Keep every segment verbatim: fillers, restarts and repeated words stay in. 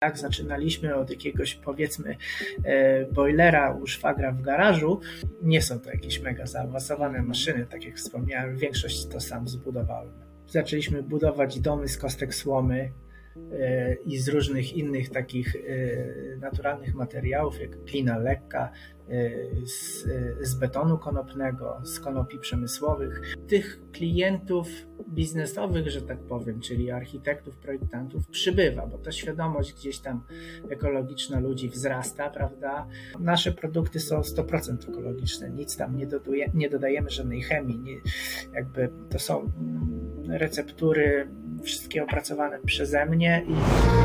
Tak, zaczynaliśmy od jakiegoś, powiedzmy, boilera u szwagra w garażu. Nie są to jakieś mega zaawansowane maszyny, tak jak wspomniałem, większość to sam zbudowałem. Zaczęliśmy budować domy z kostek słomy i z różnych innych takich naturalnych materiałów, jak glina lekka, z, z betonu konopnego, z konopi przemysłowych. Tych klientów biznesowych, że tak powiem, czyli architektów, projektantów przybywa, bo ta świadomość gdzieś tam ekologiczna ludzi wzrasta, prawda? Nasze produkty są sto procent ekologiczne, nic tam nie, doduje, nie dodajemy żadnej chemii, nie, jakby to są receptury wszystkie opracowane przeze mnie. I...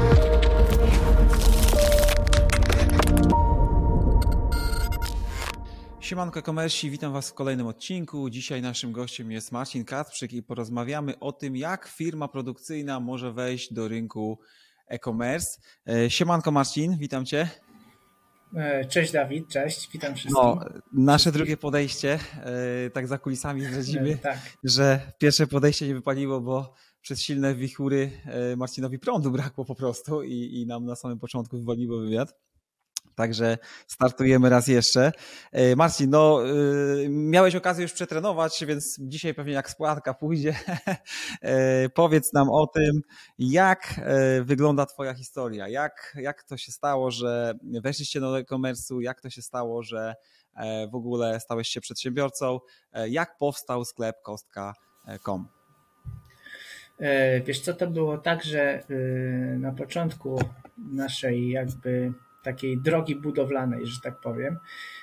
Siemanko e-commerce, witam Was w kolejnym odcinku. Dzisiaj naszym gościem jest Marcin Kacprzyk i porozmawiamy o tym, jak firma produkcyjna może wejść do rynku e-commerce. Siemanko Marcin, witam Cię. Cześć Dawid, cześć, witam wszystkich. No, nasze wszystkich. Drugie podejście, tak za kulisami zdradzimy, tak. że pierwsze podejście nie wypaliło, bo przez silne wichury Marcinowi prądu brakło po prostu i, i nam na samym początku wywaliło wywiad. Także startujemy raz jeszcze. Marcin, no miałeś okazję już przetrenować, więc dzisiaj pewnie jak spłatka pójdzie. Powiedz nam o tym, jak wygląda Twoja historia, jak, jak to się stało, że weszliście do e-commerce'u, jak to się stało, że w ogóle stałeś się przedsiębiorcą, jak powstał sklep kostka kropka com? Wiesz co, to było tak, że na początku naszej jakby takiej drogi budowlanej, że tak powiem,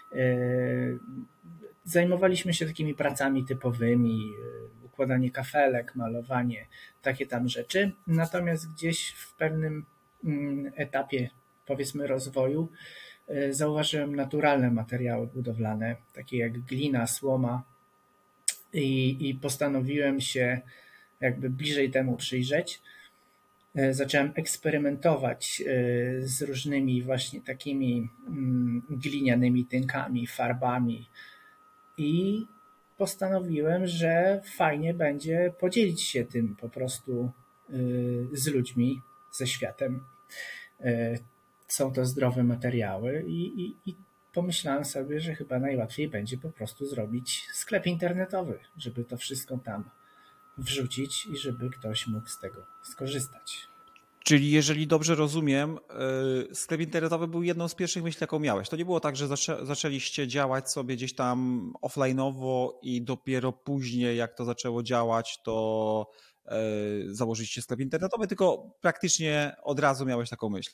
zajmowaliśmy się takimi pracami typowymi, układanie kafelek, malowanie, takie tam rzeczy. Natomiast gdzieś w pewnym etapie, powiedzmy, rozwoju zauważyłem naturalne materiały budowlane, takie jak glina, słoma i, i postanowiłem się jakby bliżej temu przyjrzeć. Zacząłem eksperymentować z różnymi właśnie takimi glinianymi tynkami, farbami i postanowiłem, że fajnie będzie podzielić się tym po prostu z ludźmi, ze światem. Są to zdrowe materiały i, i, i pomyślałem sobie, że chyba najłatwiej będzie po prostu zrobić sklep internetowy, żeby to wszystko tam wrzucić i żeby ktoś mógł z tego skorzystać. Czyli jeżeli dobrze rozumiem, sklep internetowy był jedną z pierwszych myśli, jaką miałeś. To nie było tak, że zaczę, zaczęliście działać sobie gdzieś tam offline'owo i dopiero później, jak to zaczęło działać, to założyliście sklep internetowy, tylko praktycznie od razu miałeś taką myśl.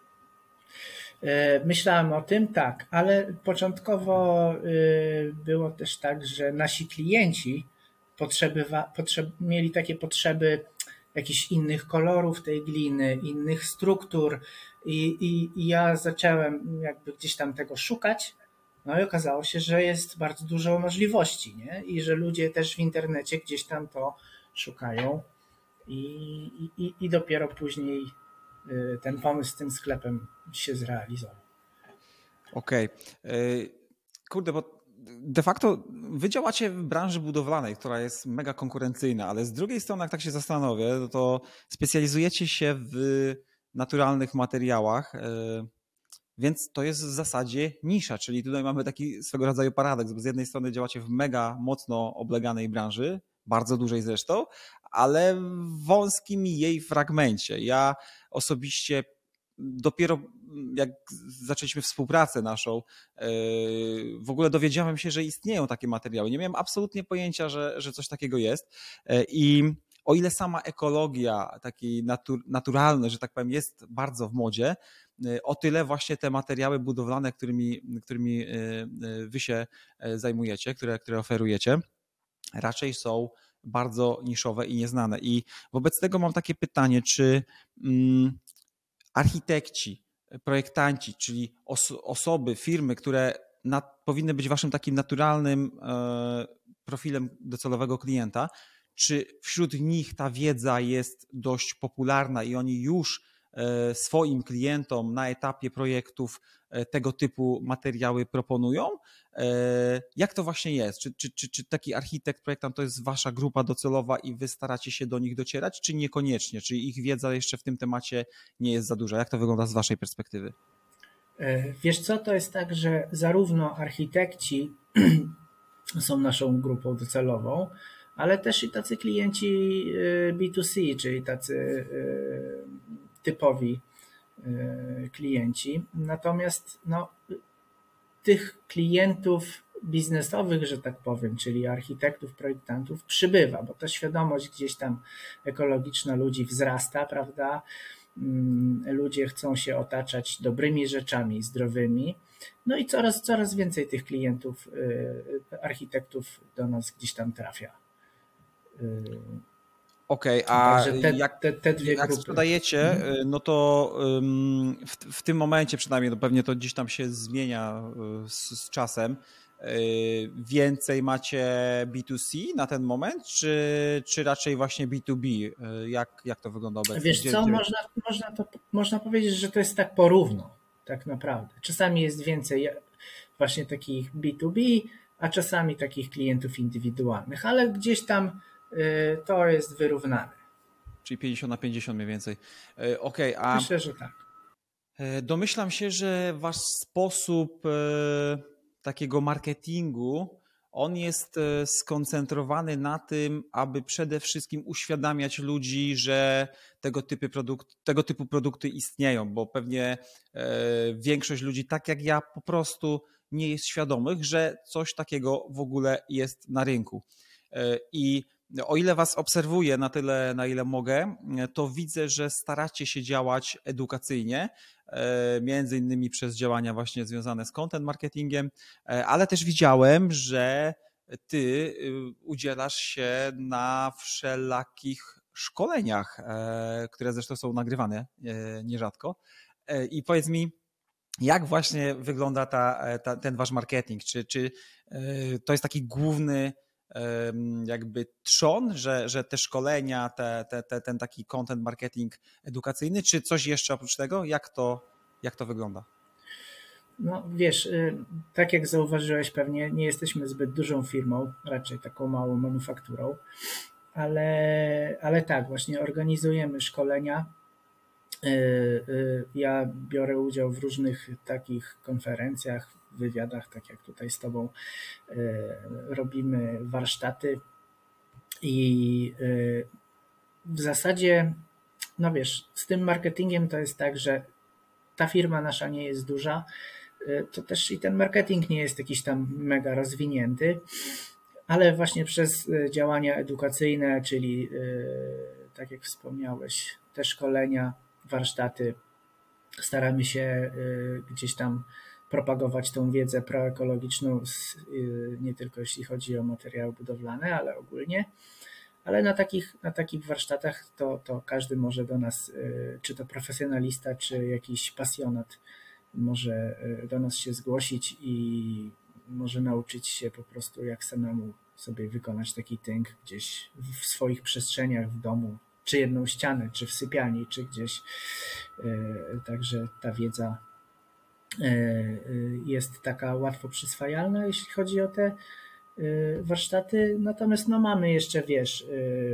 Myślałem o tym, tak, ale początkowo było też tak, że nasi klienci Potrzeby, potrzeb, mieli takie potrzeby jakichś innych kolorów tej gliny, innych struktur i, i, i ja zacząłem jakby gdzieś tam tego szukać, no i okazało się, że jest bardzo dużo możliwości, nie? I że ludzie też w internecie gdzieś tam to szukają i, i, i dopiero później ten pomysł z tym sklepem się zrealizował. Okej. Okay. Kurde, bo de facto wy działacie w branży budowlanej, która jest mega konkurencyjna, ale z drugiej strony, jak tak się zastanowię, to specjalizujecie się w naturalnych materiałach, więc to jest w zasadzie nisza, czyli tutaj mamy taki swego rodzaju paradoks, bo z jednej strony działacie w mega mocno obleganej branży, bardzo dużej zresztą, ale w wąskim jej fragmencie. Ja osobiście dopiero jak zaczęliśmy współpracę naszą, w ogóle dowiedziałem się, że istnieją takie materiały. Nie miałem absolutnie pojęcia, że, że coś takiego jest. I o ile sama ekologia, taki natur, naturalny, że tak powiem, jest bardzo w modzie, o tyle właśnie te materiały budowlane, którymi, którymi wy się zajmujecie, które, które oferujecie, raczej są bardzo niszowe i nieznane. I wobec tego mam takie pytanie, czy mm, architekci, projektanci, czyli os- osoby, firmy, które na, powinny być waszym takim naturalnym e, profilem docelowego klienta, czy wśród nich ta wiedza jest dość popularna i oni już swoim klientom na etapie projektów tego typu materiały proponują. Jak to właśnie jest? Czy, czy, czy, czy taki architekt, projektant to jest wasza grupa docelowa i wy staracie się do nich docierać, czy niekoniecznie? Czy ich wiedza jeszcze w tym temacie nie jest za duża? Jak to wygląda z waszej perspektywy? Wiesz co, to jest tak, że zarówno architekci są naszą grupą docelową, ale też i tacy klienci B dwa C, czyli tacy typowi klienci. Natomiast no, tych klientów biznesowych, że tak powiem, czyli architektów, projektantów przybywa, bo ta świadomość gdzieś tam ekologiczna ludzi wzrasta, prawda? Ludzie chcą się otaczać dobrymi rzeczami, zdrowymi. No i coraz, coraz więcej tych klientów, architektów do nas gdzieś tam trafia. Okej, okay, a te, jak, te, te dwie jak grupy. sprzedajecie, no to w, w tym momencie przynajmniej, no pewnie to gdzieś tam się zmienia z, z czasem, więcej macie B dwa C na ten moment, czy, czy raczej właśnie B dwa B? Jak, jak to wygląda obecnie? Wiesz gdzie, co, gdzie... Można, można, to, można powiedzieć, że to jest tak porówno, tak naprawdę. Czasami jest więcej właśnie takich B dwa B, a czasami takich klientów indywidualnych, ale gdzieś tam y, to jest wyrównane. Czyli pięćdziesiąt na pięćdziesiąt mniej więcej. Okej, okay, a... Myślę, że tak. Domyślam się, że wasz sposób takiego marketingu, on jest skoncentrowany na tym, aby przede wszystkim uświadamiać ludzi, że tego typu, produkt, tego typu produkty istnieją, bo pewnie większość ludzi, tak jak ja, po prostu nie jest świadomych, że coś takiego w ogóle jest na rynku. I o ile was obserwuję na tyle, na ile mogę, to widzę, że staracie się działać edukacyjnie, między innymi przez działania właśnie związane z content marketingiem, ale też widziałem, że ty udzielasz się na wszelakich szkoleniach, które zresztą są nagrywane nierzadko. I powiedz mi, jak właśnie wygląda ta, ta, ten wasz marketing? Czy, czy to jest taki główny jakby trzon, że, że te szkolenia, te, te, te, ten taki content marketing edukacyjny, czy coś jeszcze oprócz tego? Jak to, jak to wygląda? No wiesz, tak jak zauważyłeś pewnie, nie jesteśmy zbyt dużą firmą, raczej taką małą manufakturą, ale, ale tak, właśnie organizujemy szkolenia. Ja biorę udział w różnych takich konferencjach, wywiadach, tak jak tutaj z tobą robimy warsztaty i w zasadzie, no wiesz, z tym marketingiem to jest tak, że ta firma nasza nie jest duża, to też i ten marketing nie jest jakiś tam mega rozwinięty, ale właśnie przez działania edukacyjne, czyli tak jak wspomniałeś, te szkolenia, warsztaty, staramy się gdzieś tam propagować tą wiedzę proekologiczną, nie tylko jeśli chodzi o materiały budowlane, ale ogólnie. Ale na takich, na takich warsztatach to, to każdy może do nas, czy to profesjonalista, czy jakiś pasjonat, może do nas się zgłosić i może nauczyć się po prostu, jak samemu sobie wykonać taki tynk gdzieś w swoich przestrzeniach w domu, czy jedną ścianę, czy w sypialni, czy gdzieś. Także ta wiedza jest taka łatwo przyswajalna, jeśli chodzi o te warsztaty. Natomiast no mamy jeszcze, wiesz,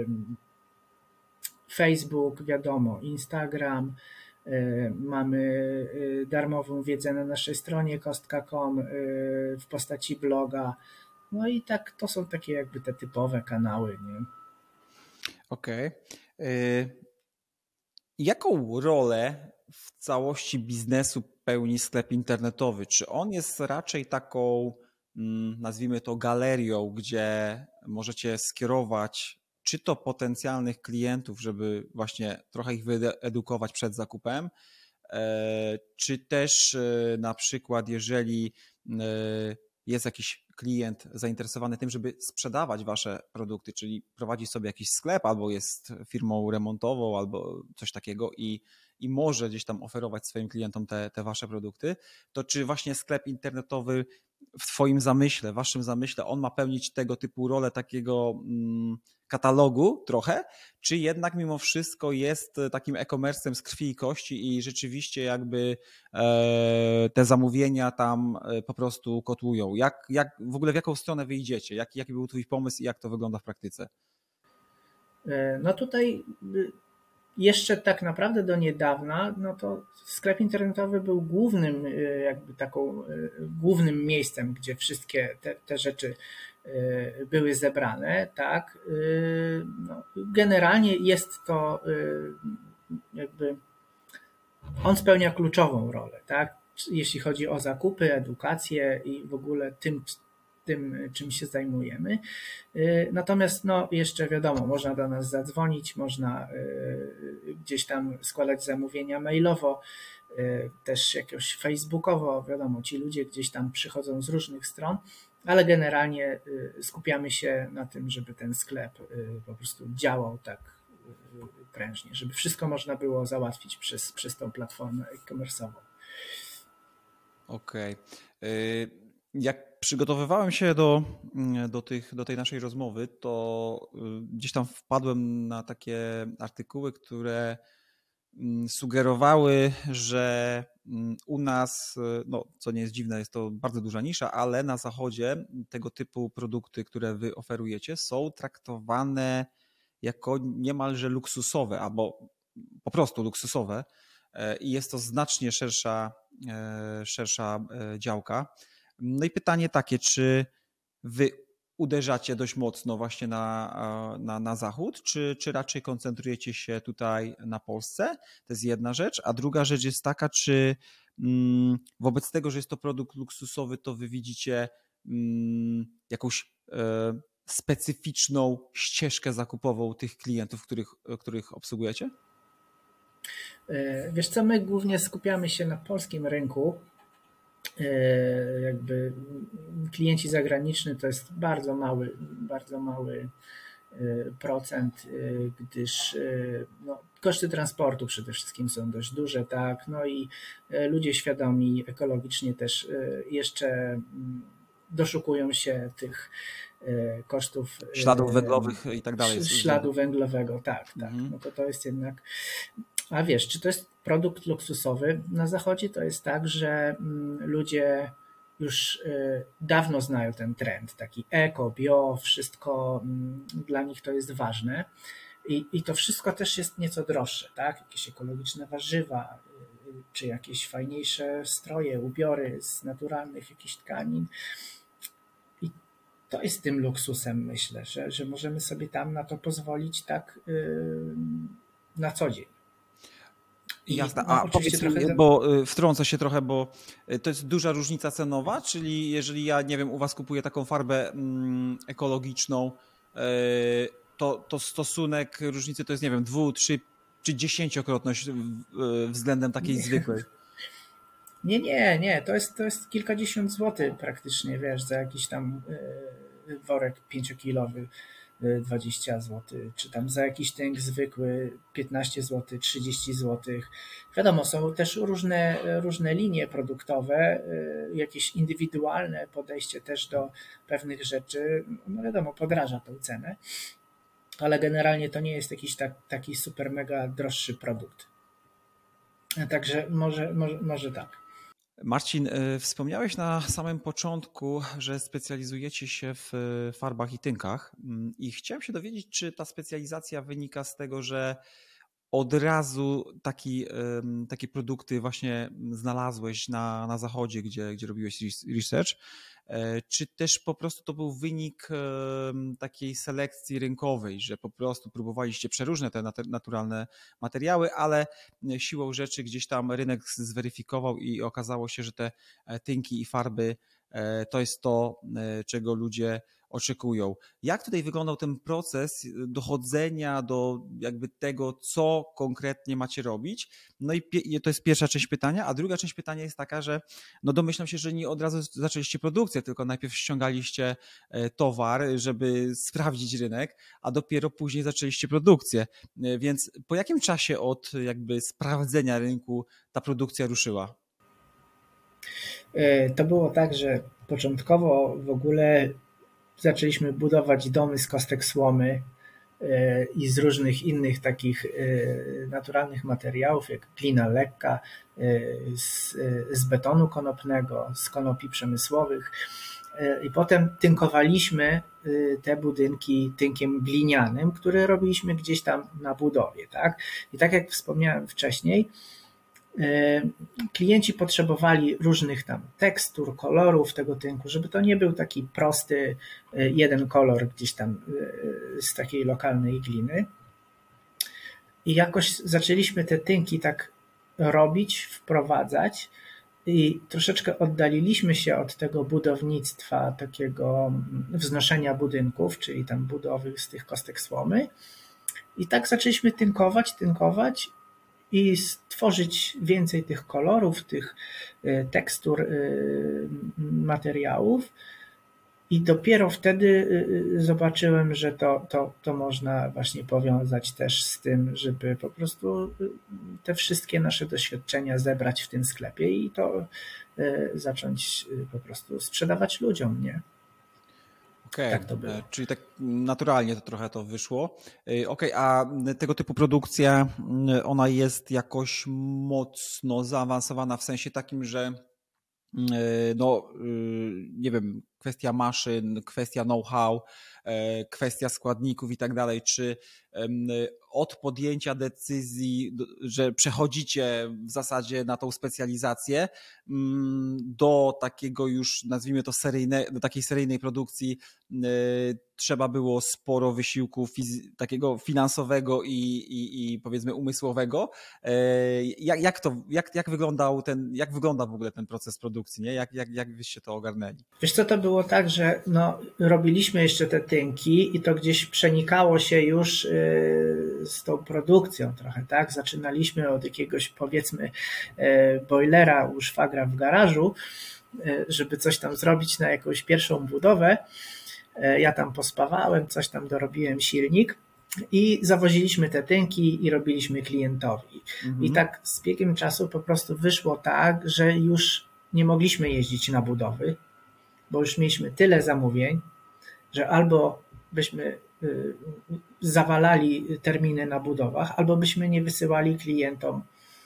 Facebook, wiadomo, Instagram, mamy darmową wiedzę na naszej stronie kostka kropka com w postaci bloga. No i tak to są takie jakby te typowe kanały, nie? Okej. Okay. Jaką rolę w całości biznesu pełni sklep internetowy? Czy on jest raczej taką, nazwijmy to, galerią, gdzie możecie skierować czy to potencjalnych klientów, żeby właśnie trochę ich wyedukować przed zakupem, czy też na przykład jeżeli jest jakiś klient zainteresowany tym, żeby sprzedawać wasze produkty, czyli prowadzi sobie jakiś sklep albo jest firmą remontową albo coś takiego i, i może gdzieś tam oferować swoim klientom te, te wasze produkty, to czy właśnie sklep internetowy w twoim zamyśle, waszym zamyśle, on ma pełnić tego typu rolę takiego mm, katalogu trochę, czy jednak mimo wszystko jest takim e-commerce'em z krwi i kości i rzeczywiście jakby e, te zamówienia tam po prostu kotłują? Jak, jak w ogóle w jaką stronę wyjdziecie? Jaki, jaki był twój pomysł i jak to wygląda w praktyce? No tutaj jeszcze tak naprawdę do niedawna, no to sklep internetowy był głównym, jakby taką, głównym miejscem, gdzie wszystkie te, te rzeczy były zebrane, tak. No, generalnie jest to jakby, on spełnia kluczową rolę, tak, jeśli chodzi o zakupy, edukację i w ogóle tym, tym, czym się zajmujemy. Natomiast no jeszcze wiadomo, można do nas zadzwonić, można gdzieś tam składać zamówienia mailowo, też jakoś facebookowo, wiadomo, ci ludzie gdzieś tam przychodzą z różnych stron, ale generalnie skupiamy się na tym, żeby ten sklep po prostu działał tak prężnie, żeby wszystko można było załatwić przez, przez tą platformę e-commerce'ową. Okej. Okay. Jak przygotowywałem się do, do, tych, do tej naszej rozmowy, to gdzieś tam wpadłem na takie artykuły, które sugerowały, że u nas, no co nie jest dziwne, jest to bardzo duża nisza, ale na zachodzie tego typu produkty, które wy oferujecie, są traktowane jako niemalże luksusowe, albo po prostu luksusowe i jest to znacznie szersza, szersza działka. No i pytanie takie, czy wy uderzacie dość mocno właśnie na, na, na zachód, czy, czy raczej koncentrujecie się tutaj na Polsce? To jest jedna rzecz. A druga rzecz jest taka, czy mm, wobec tego, że jest to produkt luksusowy, to wy widzicie mm, jakąś e, specyficzną ścieżkę zakupową tych klientów, których, których obsługujecie? Wiesz co, my głównie skupiamy się na polskim rynku. Jakby klienci zagraniczni to jest bardzo mały, bardzo mały procent, gdyż no, koszty transportu przede wszystkim są dość duże, tak, no i ludzie świadomi ekologicznie też jeszcze doszukują się tych kosztów śladów węglowych i tak dalej. Śladu węglowego, tak, tak. Mhm. No to to jest jednak. A wiesz, czy to jest produkt luksusowy? Na zachodzie to jest tak, że ludzie już dawno znają ten trend, taki eko, bio, wszystko dla nich to jest ważne i, i to wszystko też jest nieco droższe, tak? Jakieś ekologiczne warzywa, czy jakieś fajniejsze stroje, ubiory z naturalnych jakichś tkanin. I to jest tym luksusem, myślę, że, że możemy sobie tam na to pozwolić tak yy, na co dzień. I Jasne, a no, powiedz mi, trochę... bo wtrącę się trochę, bo to jest duża różnica cenowa, czyli jeżeli ja, nie wiem, u was kupuję taką farbę mm, ekologiczną, to, to stosunek różnicy to jest, nie wiem, dwu, trzy czy dziesięciokrotność względem takiej zwykłej? Nie, nie, nie, to jest, to jest kilkadziesiąt złotych praktycznie, wiesz, za jakiś tam worek pięciokilowy. dwadzieścia złotych, czy tam za jakiś tęk zwykły piętnaście złotych, trzydzieści złotych. Wiadomo, są też różne, różne linie produktowe, jakieś indywidualne podejście też do pewnych rzeczy, no wiadomo, podraża tą cenę, ale generalnie to nie jest jakiś tak, taki super mega droższy produkt. Także może, może, może tak. Marcin, wspomniałeś na samym początku, że specjalizujecie się w farbach i tynkach i chciałem się dowiedzieć, czy ta specjalizacja wynika z tego, że od razu taki, takie produkty właśnie znalazłeś na, na zachodzie, gdzie, gdzie robiłeś research, czy też po prostu to był wynik takiej selekcji rynkowej, że po prostu próbowaliście przeróżne te naturalne materiały, ale siłą rzeczy gdzieś tam rynek zweryfikował i okazało się, że te tynki i farby to jest to, czego ludzie oczekują. Jak tutaj wyglądał ten proces dochodzenia do jakby tego, co konkretnie macie robić? No i to jest pierwsza część pytania, a druga część pytania jest taka, że no domyślam się, że nie od razu zaczęliście produkcję, tylko najpierw ściągaliście towar, żeby sprawdzić rynek, a dopiero później zaczęliście produkcję. Więc po jakim czasie od jakby sprawdzenia rynku ta produkcja ruszyła? To było tak, że początkowo w ogóle zaczęliśmy budować domy z kostek słomy i z różnych innych takich naturalnych materiałów, jak glina lekka, z, z betonu konopnego, z konopi przemysłowych. I potem tynkowaliśmy te budynki tynkiem glinianym, który robiliśmy gdzieś tam na budowie. Tak? I tak jak wspomniałem wcześniej, klienci potrzebowali różnych tam tekstur, kolorów tego tynku, żeby to nie był taki prosty jeden kolor gdzieś tam z takiej lokalnej gliny. I jakoś zaczęliśmy te tynki tak robić, wprowadzać i troszeczkę oddaliliśmy się od tego budownictwa, takiego wznoszenia budynków, czyli tam budowy z tych kostek słomy. I tak zaczęliśmy tynkować, tynkować i stworzyć więcej tych kolorów, tych tekstur, materiałów. I dopiero wtedy zobaczyłem, że to, to, to można właśnie powiązać też z tym, żeby po prostu te wszystkie nasze doświadczenia zebrać w tym sklepie i to zacząć po prostu sprzedawać ludziom, nie? Okej, okay. Czyli tak naturalnie to trochę to wyszło. Okej, okay, a tego typu produkcja, ona jest jakoś mocno zaawansowana w sensie takim, że no nie wiem, kwestia maszyn, kwestia know-how, kwestia składników i tak dalej, czy od podjęcia decyzji, że przechodzicie w zasadzie na tą specjalizację do takiego już, nazwijmy to seryjne, do takiej seryjnej produkcji trzeba było sporo wysiłku fizy- takiego finansowego i, i, i powiedzmy umysłowego. Jak, jak, to, jak, jak, wyglądał ten, jak wygląda w ogóle ten proces produkcji? Nie? Jak, jak, jak wyście to ogarnęli? Wiesz co, to było tak, że no, robiliśmy jeszcze te tynki i to gdzieś przenikało się już yy, z tą produkcją trochę, tak? Zaczynaliśmy od jakiegoś powiedzmy yy, boilera u szwagra w garażu, yy, żeby coś tam zrobić na jakąś pierwszą budowę. Ja tam pospawałem, coś tam dorobiłem silnik i zawoziliśmy te tynki i robiliśmy klientowi. Mhm. I tak z biegiem czasu po prostu wyszło tak, że już nie mogliśmy jeździć na budowy, bo już mieliśmy tyle zamówień, że albo byśmy zawalali terminy na budowach, albo byśmy nie wysyłali klientom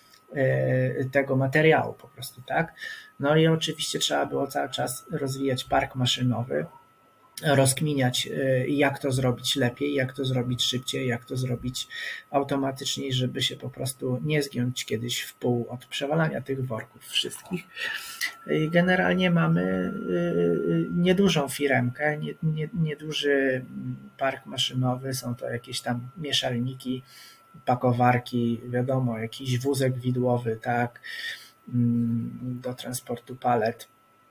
tego materiału po prostu, tak? No i oczywiście trzeba było cały czas rozwijać park maszynowy, rozkminiać, jak to zrobić lepiej, jak to zrobić szybciej, jak to zrobić automatycznie, żeby się po prostu nie zgiąć kiedyś w pół od przewalania tych worków wszystkich. I generalnie mamy niedużą firemkę, nie, nie, nieduży park maszynowy, są to jakieś tam mieszalniki, pakowarki, wiadomo, jakiś wózek widłowy, tak, do transportu palet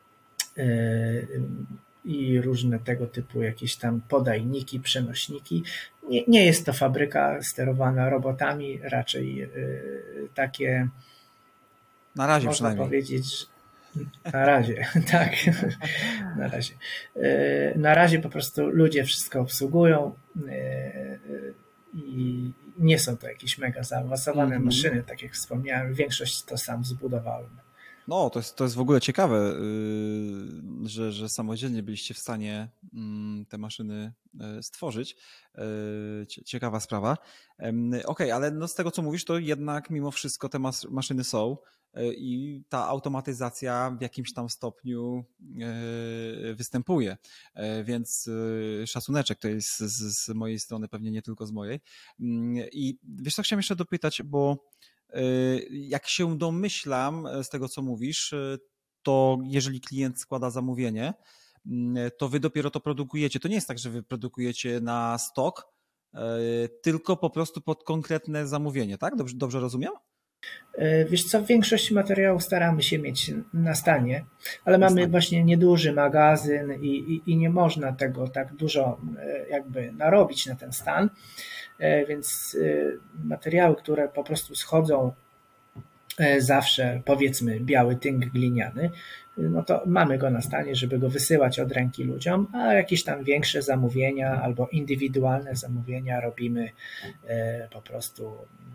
i różne tego typu jakieś tam podajniki, przenośniki. Nie, nie jest to fabryka sterowana robotami, raczej yy, takie, na razie można przynajmniej powiedzieć, że na razie, tak, na razie. Yy, na razie po prostu ludzie wszystko obsługują yy, i nie są to jakieś mega zaawansowane mm-hmm. maszyny, tak jak wspomniałem, większość to sam zbudowałem. No, to jest, to jest w ogóle ciekawe, yy, że, że samodzielnie byliście w stanie yy, te maszyny yy, stworzyć. Yy, ciekawa sprawa. Yy, Okej, okay, ale no z tego, co mówisz, to jednak mimo wszystko te mas- maszyny są yy, i ta automatyzacja w jakimś tam stopniu yy, występuje. Yy, więc yy, szacuneczek to jest z, z mojej strony, pewnie nie tylko z mojej. Yy, I wiesz co, chciałem jeszcze dopytać, bo jak się domyślam z tego, co mówisz, to jeżeli klient składa zamówienie, to wy dopiero to produkujecie. To nie jest tak, że wy produkujecie na stok, tylko po prostu pod konkretne zamówienie, tak? Dobrze, dobrze rozumiem? Wiesz co, większość materiałów staramy się mieć na stanie, ale Na mamy stanie. właśnie nieduży magazyn i, i, i nie można tego tak dużo jakby narobić na ten stan, więc materiały, które po prostu schodzą zawsze, powiedzmy biały tynk gliniany, no to mamy go na stanie, żeby go wysyłać od ręki ludziom, a jakieś tam większe zamówienia albo indywidualne zamówienia robimy po prostu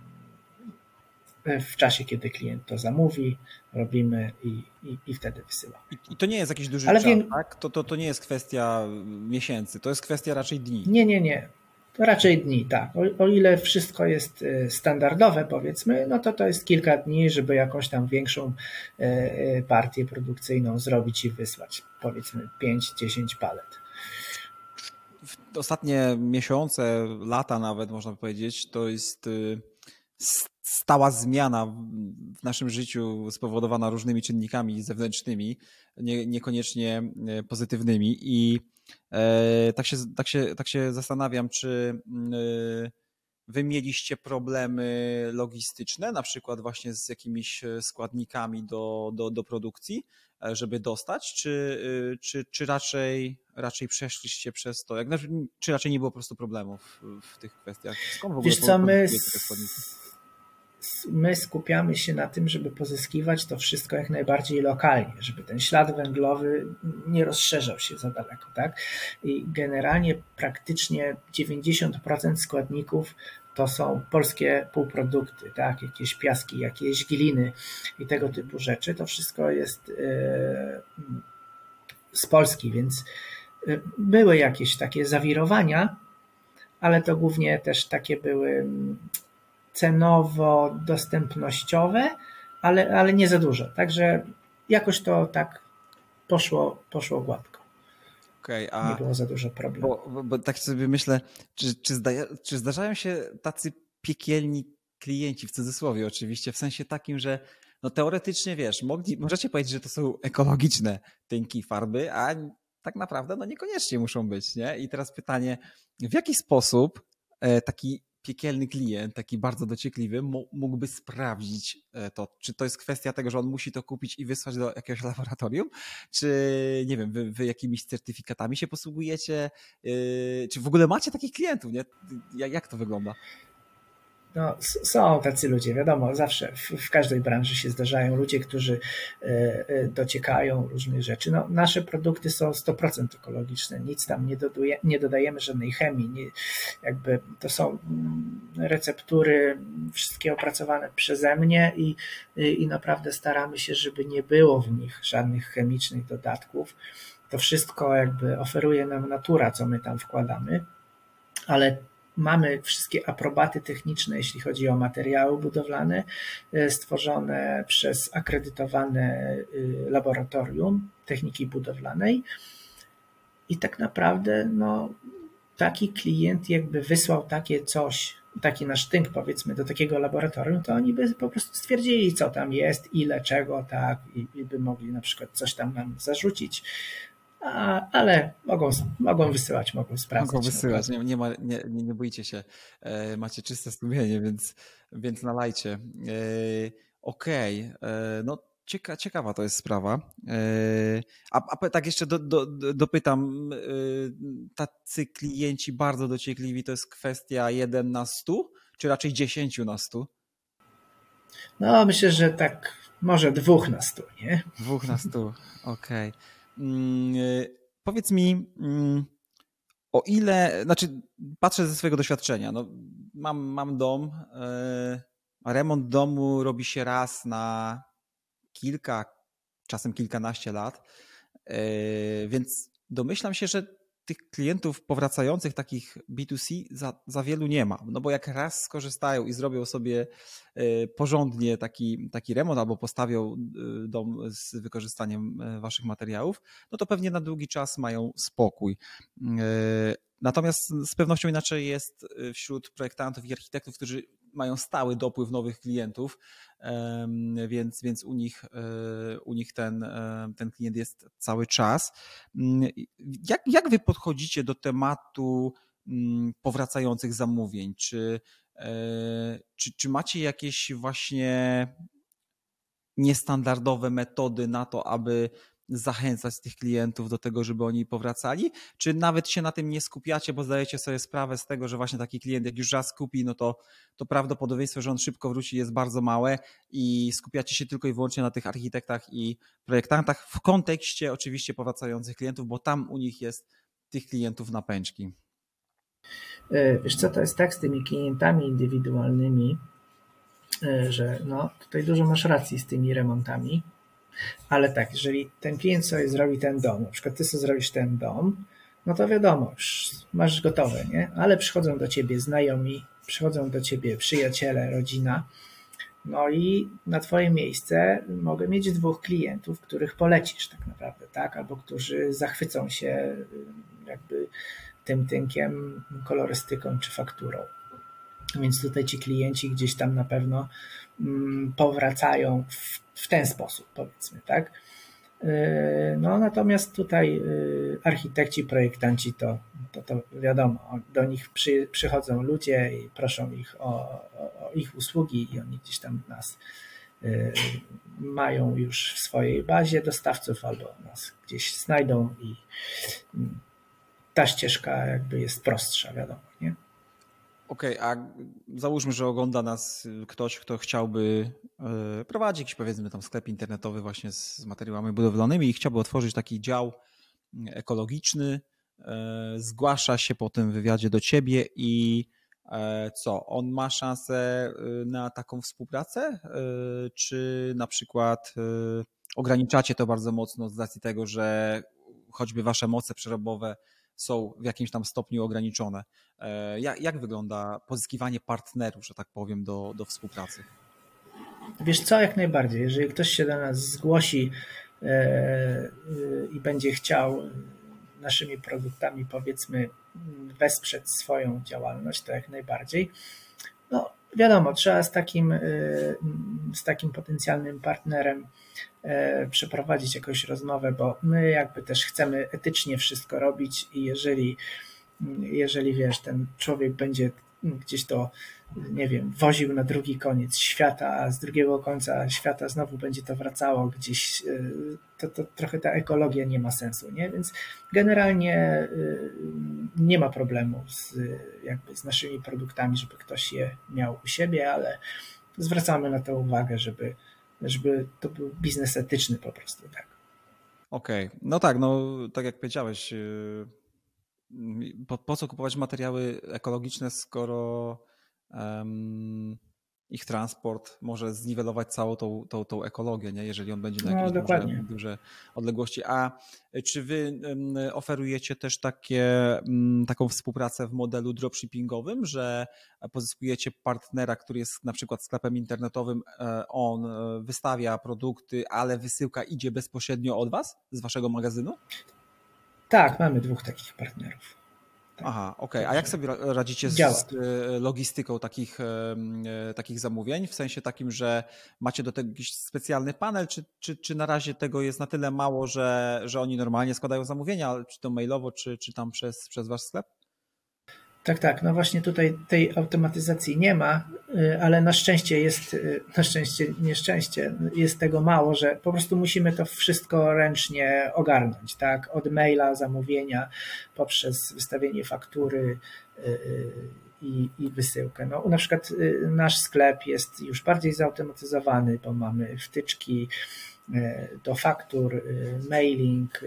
w czasie, kiedy klient to zamówi, robimy i, i, i wtedy wysyła. I, I to nie jest jakiś duży Ale czas, wiem, tak? To, to, to nie jest kwestia miesięcy, to jest kwestia raczej dni. nie, nie, nie. To raczej dni, tak. O, o ile wszystko jest standardowe, powiedzmy, no to to jest kilka dni, żeby jakąś tam większą partię produkcyjną zrobić i wysłać. Powiedzmy pięć dziesięć palet. W ostatnie miesiące, lata nawet można powiedzieć, to jest stała zmiana w naszym życiu spowodowana różnymi czynnikami zewnętrznymi, nie, niekoniecznie pozytywnymi i e, tak, się, tak, się, tak się zastanawiam, czy e, wy mieliście problemy logistyczne, na przykład właśnie z jakimiś składnikami do, do, do produkcji, żeby dostać, czy, czy, czy raczej, raczej przeszliście przez to, jak, czy raczej nie było po prostu problemów w tych kwestiach? Skąd w ogóle Wiesz co, my, te składniki? my skupiamy się na tym, żeby pozyskiwać to wszystko jak najbardziej lokalnie, żeby ten ślad węglowy nie rozszerzał się za daleko, tak? I generalnie praktycznie dziewięćdziesiąt procent składników to są polskie półprodukty, tak? Jakieś piaski, jakieś gliny i tego typu rzeczy. To wszystko jest z Polski, więc były jakieś takie zawirowania, ale to głównie też takie były cenowo-dostępnościowe, ale, ale nie za dużo. Także jakoś to tak poszło, poszło gładko. Okay, a nie było za dużo problemów. Bo, bo, bo tak sobie myślę, czy, czy, zdaje, czy zdarzają się tacy piekielni klienci, w cudzysłowie oczywiście, w sensie takim, że no teoretycznie wiesz, mogli, możecie powiedzieć, że to są ekologiczne tynki farby, a tak naprawdę no niekoniecznie muszą być, nie? I teraz pytanie, w jaki sposób taki piekielny klient, taki bardzo dociekliwy, mógłby sprawdzić to, czy to jest kwestia tego, że on musi to kupić i wysłać do jakiegoś laboratorium, czy nie wiem, wy, wy jakimiś certyfikatami się posługujecie, yy, czy w ogóle macie takich klientów, nie? Jak, jak to wygląda? No, są tacy ludzie, wiadomo, zawsze w, w każdej branży się zdarzają ludzie, którzy dociekają różnych rzeczy. No, nasze produkty są sto procent ekologiczne, nic tam nie, doduje, nie dodajemy żadnej chemii, nie, jakby to są receptury wszystkie opracowane przeze mnie i, i naprawdę staramy się, żeby nie było w nich żadnych chemicznych dodatków. To wszystko jakby oferuje nam natura, co my tam wkładamy, ale mamy wszystkie aprobaty techniczne, jeśli chodzi o materiały budowlane, stworzone przez akredytowane laboratorium techniki budowlanej i tak naprawdę no, taki klient jakby wysłał takie coś, taki nasz tynk powiedzmy do takiego laboratorium, to oni by po prostu stwierdzili, co tam jest, ile, czego, tak, i, i by mogli na przykład coś tam nam zarzucić. A, ale mogą, mogą wysyłać, mogą sprawdzać. Mogą wysyłać, nie, nie, ma, nie, nie bójcie się, e, macie czyste sumienie, więc, więc nalajcie. E, Okej, okay. e, no cieka, ciekawa to jest sprawa. E, a, a tak jeszcze do, do, dopytam, e, tacy klienci bardzo dociekliwi to jest kwestia jeden na stu, czy raczej dziesięciu na stu? No myślę, że tak może dwóch na stu, nie? Dwóch na stu, okej. Okay. Mm, powiedz mi, mm, o ile, znaczy patrzę ze swojego doświadczenia, no, mam, mam dom, a remont domu robi się raz na kilka, czasem kilkanaście lat, więc domyślam się, że tych klientów powracających takich B dwa C za, za wielu nie ma, no bo jak raz skorzystają i zrobią sobie porządnie taki, taki remont albo postawią dom z wykorzystaniem waszych materiałów, no to pewnie na długi czas mają spokój. Natomiast z pewnością inaczej jest wśród projektantów i architektów, którzy mają stały dopływ nowych klientów, więc, więc u nich, u nich ten, ten klient jest cały czas. Jak, jak wy podchodzicie do tematu powracających zamówień? Czy Czy, czy macie jakieś właśnie niestandardowe metody na to, aby zachęcać tych klientów do tego, żeby oni powracali? Czy nawet się na tym nie skupiacie, bo zdajecie sobie sprawę z tego, że właśnie taki klient jak już raz kupi, no to, to prawdopodobieństwo, że on szybko wróci jest bardzo małe i skupiacie się tylko i wyłącznie na tych architektach i projektantach w kontekście oczywiście powracających klientów, bo tam u nich jest tych klientów na pęczki. Wiesz co, to jest tak z tymi klientami indywidualnymi, że no tutaj dużo masz racji z tymi remontami, ale tak, jeżeli ten klient sobie zrobi ten dom, na przykład ty sobie zrobisz ten dom, no to wiadomo, już masz gotowe, nie? Ale przychodzą do ciebie znajomi, przychodzą do ciebie przyjaciele, rodzina, no i na twoje miejsce mogę mieć dwóch klientów, których polecisz tak naprawdę, tak? Albo którzy zachwycą się jakby tym tynkiem, kolorystyką czy fakturą. Więc tutaj ci klienci gdzieś tam na pewno powracają w, w ten sposób, powiedzmy, tak? No natomiast tutaj architekci, projektanci to, to, to wiadomo, do nich przy, przychodzą ludzie i proszą ich o, o, o ich usługi i oni gdzieś tam nas mają już w swojej bazie dostawców albo nas gdzieś znajdą i ta ścieżka jakby jest prostsza, wiadomo, nie? Okej, okay, a załóżmy, że ogląda nas ktoś, kto chciałby prowadzić jakiś, powiedzmy, tam sklep internetowy właśnie z materiałami budowlanymi i chciałby otworzyć taki dział ekologiczny, zgłasza się po tym wywiadzie do ciebie i co, on ma szansę na taką współpracę? Czy na przykład ograniczacie to bardzo mocno z racji tego, że choćby wasze moce przerobowe są w jakimś tam stopniu ograniczone? Jak, jak wygląda pozyskiwanie partnerów, że tak powiem, do, do współpracy? Wiesz co, jak najbardziej. Jeżeli ktoś się do nas zgłosi i będzie chciał naszymi produktami, powiedzmy, wesprzeć swoją działalność, to jak najbardziej. No wiadomo, trzeba z takim, z takim potencjalnym partnerem przeprowadzić jakąś rozmowę, bo my jakby też chcemy etycznie wszystko robić i jeżeli, jeżeli wiesz, ten człowiek będzie gdzieś to, nie wiem, woził na drugi koniec świata, a z drugiego końca świata znowu będzie to wracało gdzieś, to, to trochę ta ekologia nie ma sensu, nie? Więc generalnie nie ma problemu z, jakby z naszymi produktami, żeby ktoś je miał u siebie, ale zwracamy na to uwagę, żeby, żeby to był biznes etyczny po prostu, tak. Okej, okay. No tak, no tak jak powiedziałeś, Po, po co kupować materiały ekologiczne, skoro um, ich transport może zniwelować całą tą, tą, tą ekologię, nie? Jeżeli on będzie na jakieś no, duże, duże odległości. A czy wy um, oferujecie też takie, um, taką współpracę w modelu dropshippingowym, że pozyskujecie partnera, który jest na przykład sklepem internetowym, on wystawia produkty, ale wysyłka idzie bezpośrednio od was, z waszego magazynu? Tak, mamy dwóch takich partnerów. Tak. Aha, okej. Okay. A jak sobie radzicie Działa. z logistyką takich, takich zamówień? W sensie takim, że macie do tego jakiś specjalny panel, czy, czy, czy na razie tego jest na tyle mało, że, że oni normalnie składają zamówienia, czy to mailowo, czy, czy tam przez, przez wasz sklep? Tak, tak. No właśnie tutaj tej automatyzacji nie ma, ale na szczęście jest, na szczęście, nieszczęście, jest tego mało, że po prostu musimy to wszystko ręcznie ogarnąć, tak? Od maila, zamówienia, poprzez wystawienie faktury i, i wysyłkę. No, na przykład nasz sklep jest już bardziej zautomatyzowany, bo mamy wtyczki do faktur, mailing,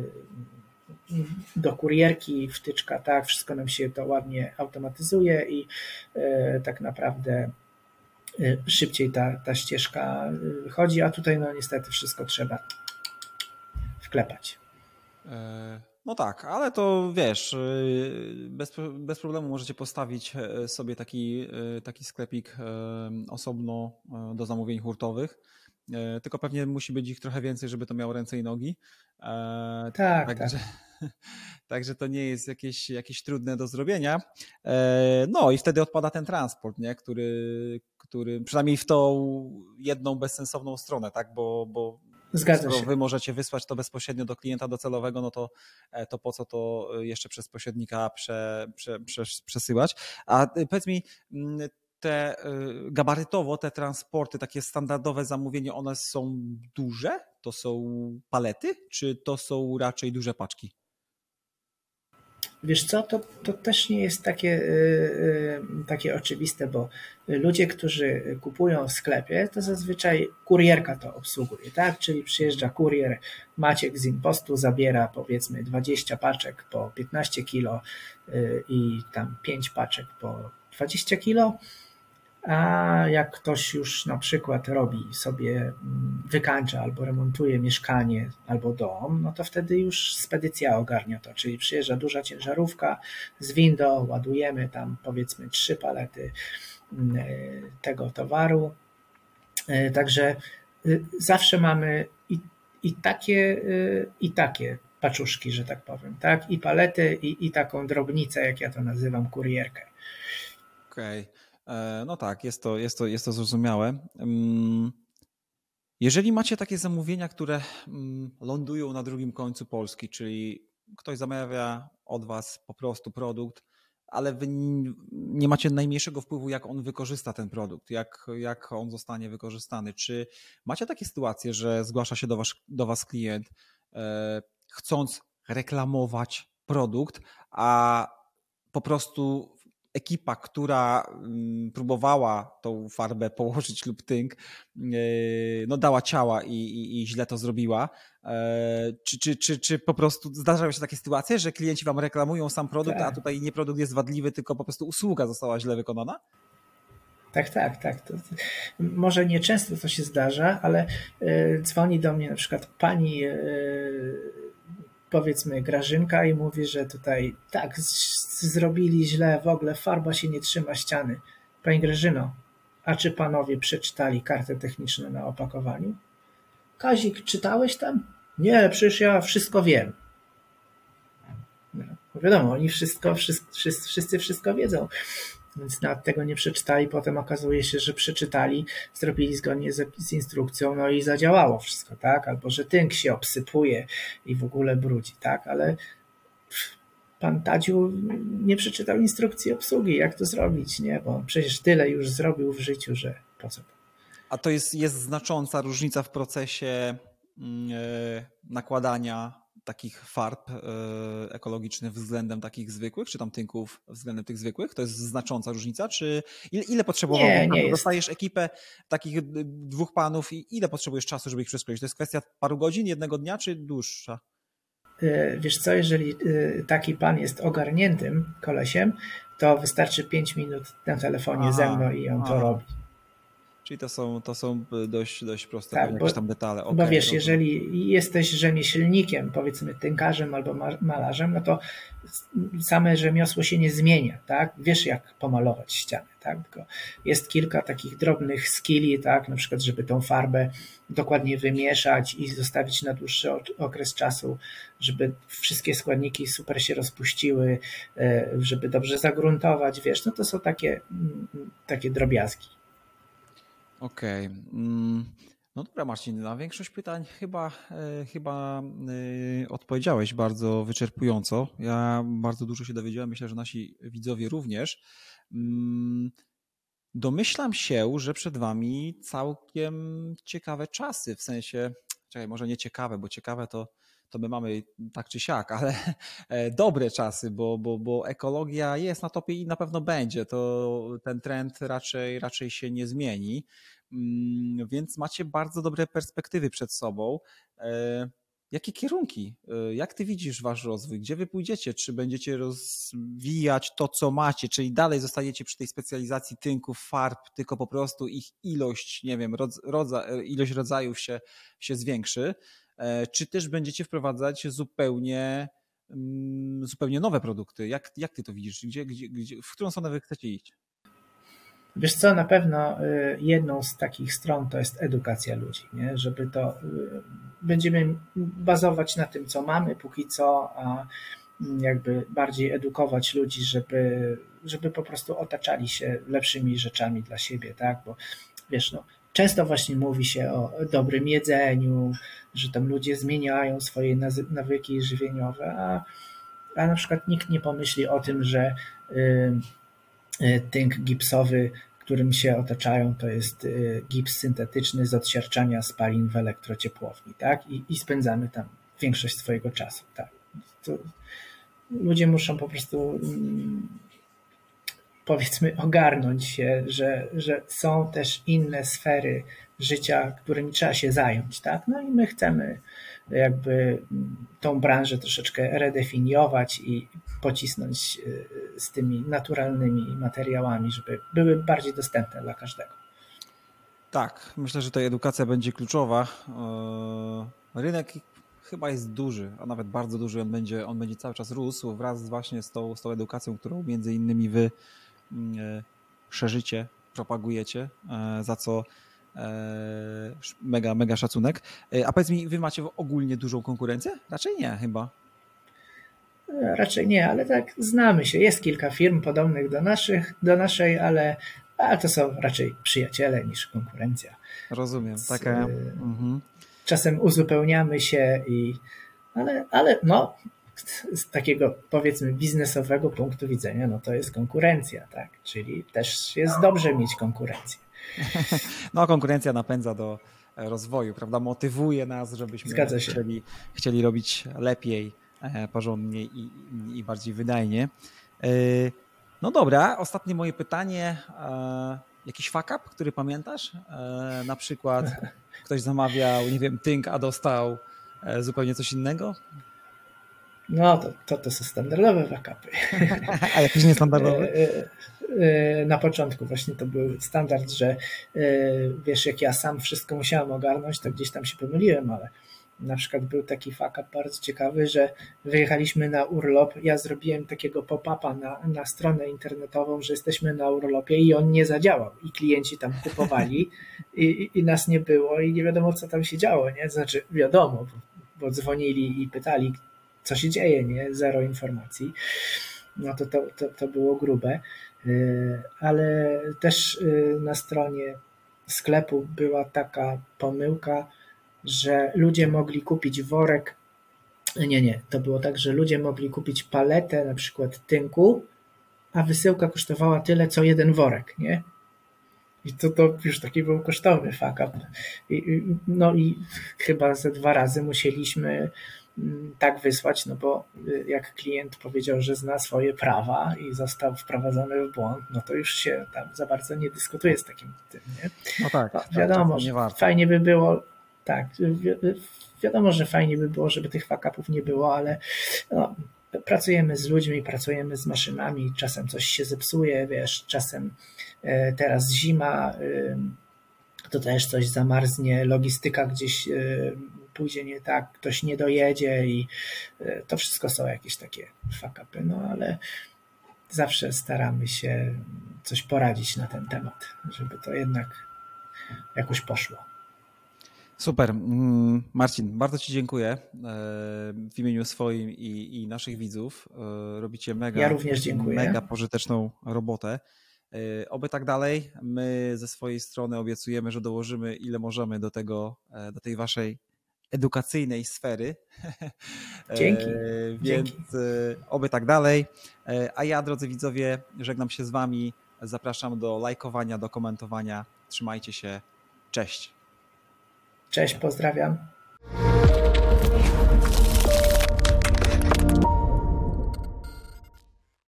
do kurierki, wtyczka, tak, wszystko nam się to ładnie automatyzuje i e, tak naprawdę e, szybciej ta, ta ścieżka chodzi, a tutaj no niestety wszystko trzeba wklepać. No tak, ale to wiesz, bez, bez problemu możecie postawić sobie taki, taki sklepik osobno do zamówień hurtowych, tylko pewnie musi być ich trochę więcej, żeby to miało ręce i nogi. Tak, Także, tak. Także to nie jest jakieś, jakieś trudne do zrobienia. No i wtedy odpada ten transport, nie? Który, który przynajmniej w tą jedną bezsensowną stronę, tak? Bo, bo Zgadza skoro się. wy możecie wysłać to bezpośrednio do klienta docelowego, no to, to po co to jeszcze przez pośrednika prze, prze, prze, przesyłać? A powiedz mi, te gabarytowo, te transporty, takie standardowe zamówienie, one są duże? To są palety, czy to są raczej duże paczki? Wiesz co, to, to też nie jest takie, yy, takie oczywiste, bo ludzie, którzy kupują w sklepie, to zazwyczaj kurierka to obsługuje, tak? Czyli przyjeżdża kurier, Maciek z Impostu zabiera powiedzmy dwadzieścia paczek po piętnaście kilo yy, i tam pięć paczek po dwadzieścia kilo. A jak ktoś już na przykład robi sobie, wykańcza albo remontuje mieszkanie albo dom, no to wtedy już spedycja ogarnia to, czyli przyjeżdża duża ciężarówka z windą, ładujemy tam powiedzmy trzy palety tego towaru. Także zawsze mamy i, i takie, i takie paczuszki, że tak powiem, tak? I palety, i, i taką drobnicę, jak ja to nazywam, kurierkę. Okej. Okay. No tak, jest to, jest to, jest to zrozumiałe. Jeżeli macie takie zamówienia, które lądują na drugim końcu Polski, czyli ktoś zamawia od was po prostu produkt, ale wy nie macie najmniejszego wpływu, jak on wykorzysta ten produkt, jak, jak on zostanie wykorzystany. Czy macie takie sytuacje, że zgłasza się do was, do was klient, e, chcąc reklamować produkt, a po prostu ekipa, która próbowała tą farbę położyć lub tynk, no dała ciała i, i, i źle to zrobiła. Czy, czy, czy, czy po prostu zdarzają się takie sytuacje, że klienci wam reklamują sam produkt, tak, a tutaj nie produkt jest wadliwy, tylko po prostu usługa została źle wykonana? Tak, tak, tak. To, to, może nie często to się zdarza, ale y, dzwoni do mnie na przykład pani y, powiedzmy Grażynka i mówi, że tutaj tak, z, zrobili źle, w ogóle farba się nie trzyma ściany. Pani Grażyno, a czy panowie przeczytali kartę techniczną na opakowaniu? Kazik, czytałeś tam? Nie, przecież ja wszystko wiem. No, wiadomo, oni wszystko, wszyscy, wszyscy wszystko wiedzą. Więc nawet tego nie przeczytali, potem okazuje się, że przeczytali, zrobili zgodnie z, z instrukcją, no i zadziałało wszystko, tak? Albo że tynk się obsypuje i w ogóle brudzi, tak? Ale pan Tadziu nie przeczytał instrukcji obsługi, jak to zrobić, nie? Bo przecież tyle już zrobił w życiu, że po co to? A to jest, jest znacząca różnica w procesie yy, nakładania takich farb ekologicznych względem takich zwykłych, czy tam tynków względem tych zwykłych? To jest znacząca różnica? Czy ile, ile potrzebowałbyś? Nie, nie Dostajesz ekipę takich dwóch panów i ile potrzebujesz czasu, żeby ich przeszkolić? To jest kwestia paru godzin, jednego dnia, czy dłuższa? Wiesz co, jeżeli taki pan jest ogarniętym kolesiem, to wystarczy pięć minut na telefonie aha, ze mną i on aha. to robi. Czyli to są, to są dość, dość proste tak, jakieś tam detale. Okay, bo wiesz, rozumiem. Jeżeli jesteś rzemieślnikiem, powiedzmy tynkarzem albo malarzem, no to same rzemiosło się nie zmienia, tak? Wiesz, jak pomalować ścianę, tak? Tylko jest kilka takich drobnych skilli, tak? Na przykład, żeby tą farbę dokładnie wymieszać i zostawić na dłuższy okres czasu, żeby wszystkie składniki super się rozpuściły, żeby dobrze zagruntować, wiesz, no to są takie, takie drobiazgi. Okej. Okay. No dobra, Marcin, na większość pytań chyba, chyba odpowiedziałeś bardzo wyczerpująco. Ja bardzo dużo się dowiedziałem, myślę, że nasi widzowie również. Domyślam się, że przed wami całkiem ciekawe czasy, w sensie, czekaj, może nie ciekawe, bo ciekawe to, to my mamy tak czy siak, ale dobre czasy, bo, bo, bo ekologia jest na topie i na pewno będzie. To ten trend raczej, raczej się nie zmieni, więc macie bardzo dobre perspektywy przed sobą. Jakie kierunki? Jak ty widzisz wasz rozwój? Gdzie wy pójdziecie? Czy będziecie rozwijać to, co macie, czyli dalej zostajecie przy tej specjalizacji tynków, farb, tylko po prostu ich ilość, nie wiem, rodza, ilość rodzajów się, się zwiększy? Czy też będziecie wprowadzać zupełnie, zupełnie nowe produkty? Jak, jak ty to widzisz? Gdzie, gdzie, gdzie, w którą stronę wy chcecie iść? Wiesz co, na pewno jedną z takich stron to jest edukacja ludzi, nie? Żeby to będziemy bazować na tym, co mamy póki co, a jakby bardziej edukować ludzi, żeby, żeby po prostu otaczali się lepszymi rzeczami dla siebie, tak? Bo wiesz, no, często właśnie mówi się o dobrym jedzeniu, że tam ludzie zmieniają swoje nawyki żywieniowe, a, a na przykład nikt nie pomyśli o tym, że yy, tynk gipsowy którym się otaczają, to jest gips syntetyczny z odsiarczania spalin w elektrociepłowni, tak? I, i spędzamy tam większość swojego czasu, tak? To ludzie muszą po prostu powiedzmy ogarnąć się, że, że są też inne sfery życia, którymi trzeba się zająć, tak? No i my chcemy jakby tą branżę troszeczkę redefiniować i pocisnąć z tymi naturalnymi materiałami, żeby były bardziej dostępne dla każdego. Tak, myślę, że ta edukacja będzie kluczowa. Rynek chyba jest duży, a nawet bardzo duży. On będzie, on będzie cały czas rósł wraz właśnie z tą, z tą edukacją, którą między innymi wy szerzycie, propagujecie, za co mega, mega szacunek. A powiedz mi, wy macie ogólnie dużą konkurencję? Raczej nie chyba. Raczej nie, ale tak znamy się. Jest kilka firm podobnych do naszych, do naszej, ale, ale to są raczej przyjaciele niż konkurencja. Rozumiem. Taka, mhm. Czasem uzupełniamy się, i, ale, ale no, z takiego powiedzmy biznesowego punktu widzenia, no to jest konkurencja, tak? Czyli też jest dobrze mieć konkurencję. No, konkurencja napędza do rozwoju, prawda? Motywuje nas, żebyśmy chcieli, chcieli robić lepiej, porządniej i, i bardziej wydajnie. No dobra, ostatnie moje pytanie. Jakiś fuck up, który pamiętasz? Na przykład ktoś zamawiał, nie wiem, tynk, a dostał zupełnie coś innego? No to, to, to są standardowe fuck upy. A jakieś niestandardowe? Na początku właśnie to był standard, że wiesz, jak ja sam wszystko musiałem ogarnąć, to gdzieś tam się pomyliłem, ale na przykład był taki fuck up bardzo ciekawy, że wyjechaliśmy na urlop, ja zrobiłem takiego pop-upa na, na stronę internetową, że jesteśmy na urlopie i on nie zadziałał i klienci tam kupowali i, i nas nie było i nie wiadomo co tam się działo, nie? Znaczy wiadomo, bo, bo dzwonili i pytali co się dzieje, nie? Zero informacji. No to, to, to, to było grube, ale też na stronie sklepu była taka pomyłka, że ludzie mogli kupić worek, nie, nie, to było tak, że ludzie mogli kupić paletę na przykład tynku, a wysyłka kosztowała tyle, co jeden worek, nie? I to, to już taki był kosztowny fuck up. I, no i chyba ze dwa razy musieliśmy tak wysłać, no bo jak klient powiedział, że zna swoje prawa i został wprowadzony w błąd, no to już się tam za bardzo nie dyskutuje z takim tym, nie? No tak. No, tak wiadomo, że fajnie by było, tak, wi wiadomo, że fajnie by było, żeby tych fuck upów nie było, ale no, pracujemy z ludźmi, pracujemy z maszynami, czasem coś się zepsuje, wiesz, czasem e, teraz zima, e, to też coś zamarznie, logistyka gdzieś e, pójdzie nie tak, ktoś nie dojedzie i e, to wszystko są jakieś takie fuck upy, no ale zawsze staramy się coś poradzić na ten temat, żeby to jednak jakoś poszło. Super. Marcin, bardzo Ci dziękuję w imieniu swoim i, i naszych widzów. Robicie mega, ja również dziękuję. mega pożyteczną robotę. Oby tak dalej. My ze swojej strony obiecujemy, że dołożymy ile możemy do tego, do tej Waszej edukacyjnej sfery. Dzięki. Więc Dzięki. Oby tak dalej. A ja, drodzy widzowie, żegnam się z Wami. Zapraszam do lajkowania, do komentowania. Trzymajcie się. Cześć. Cześć, pozdrawiam.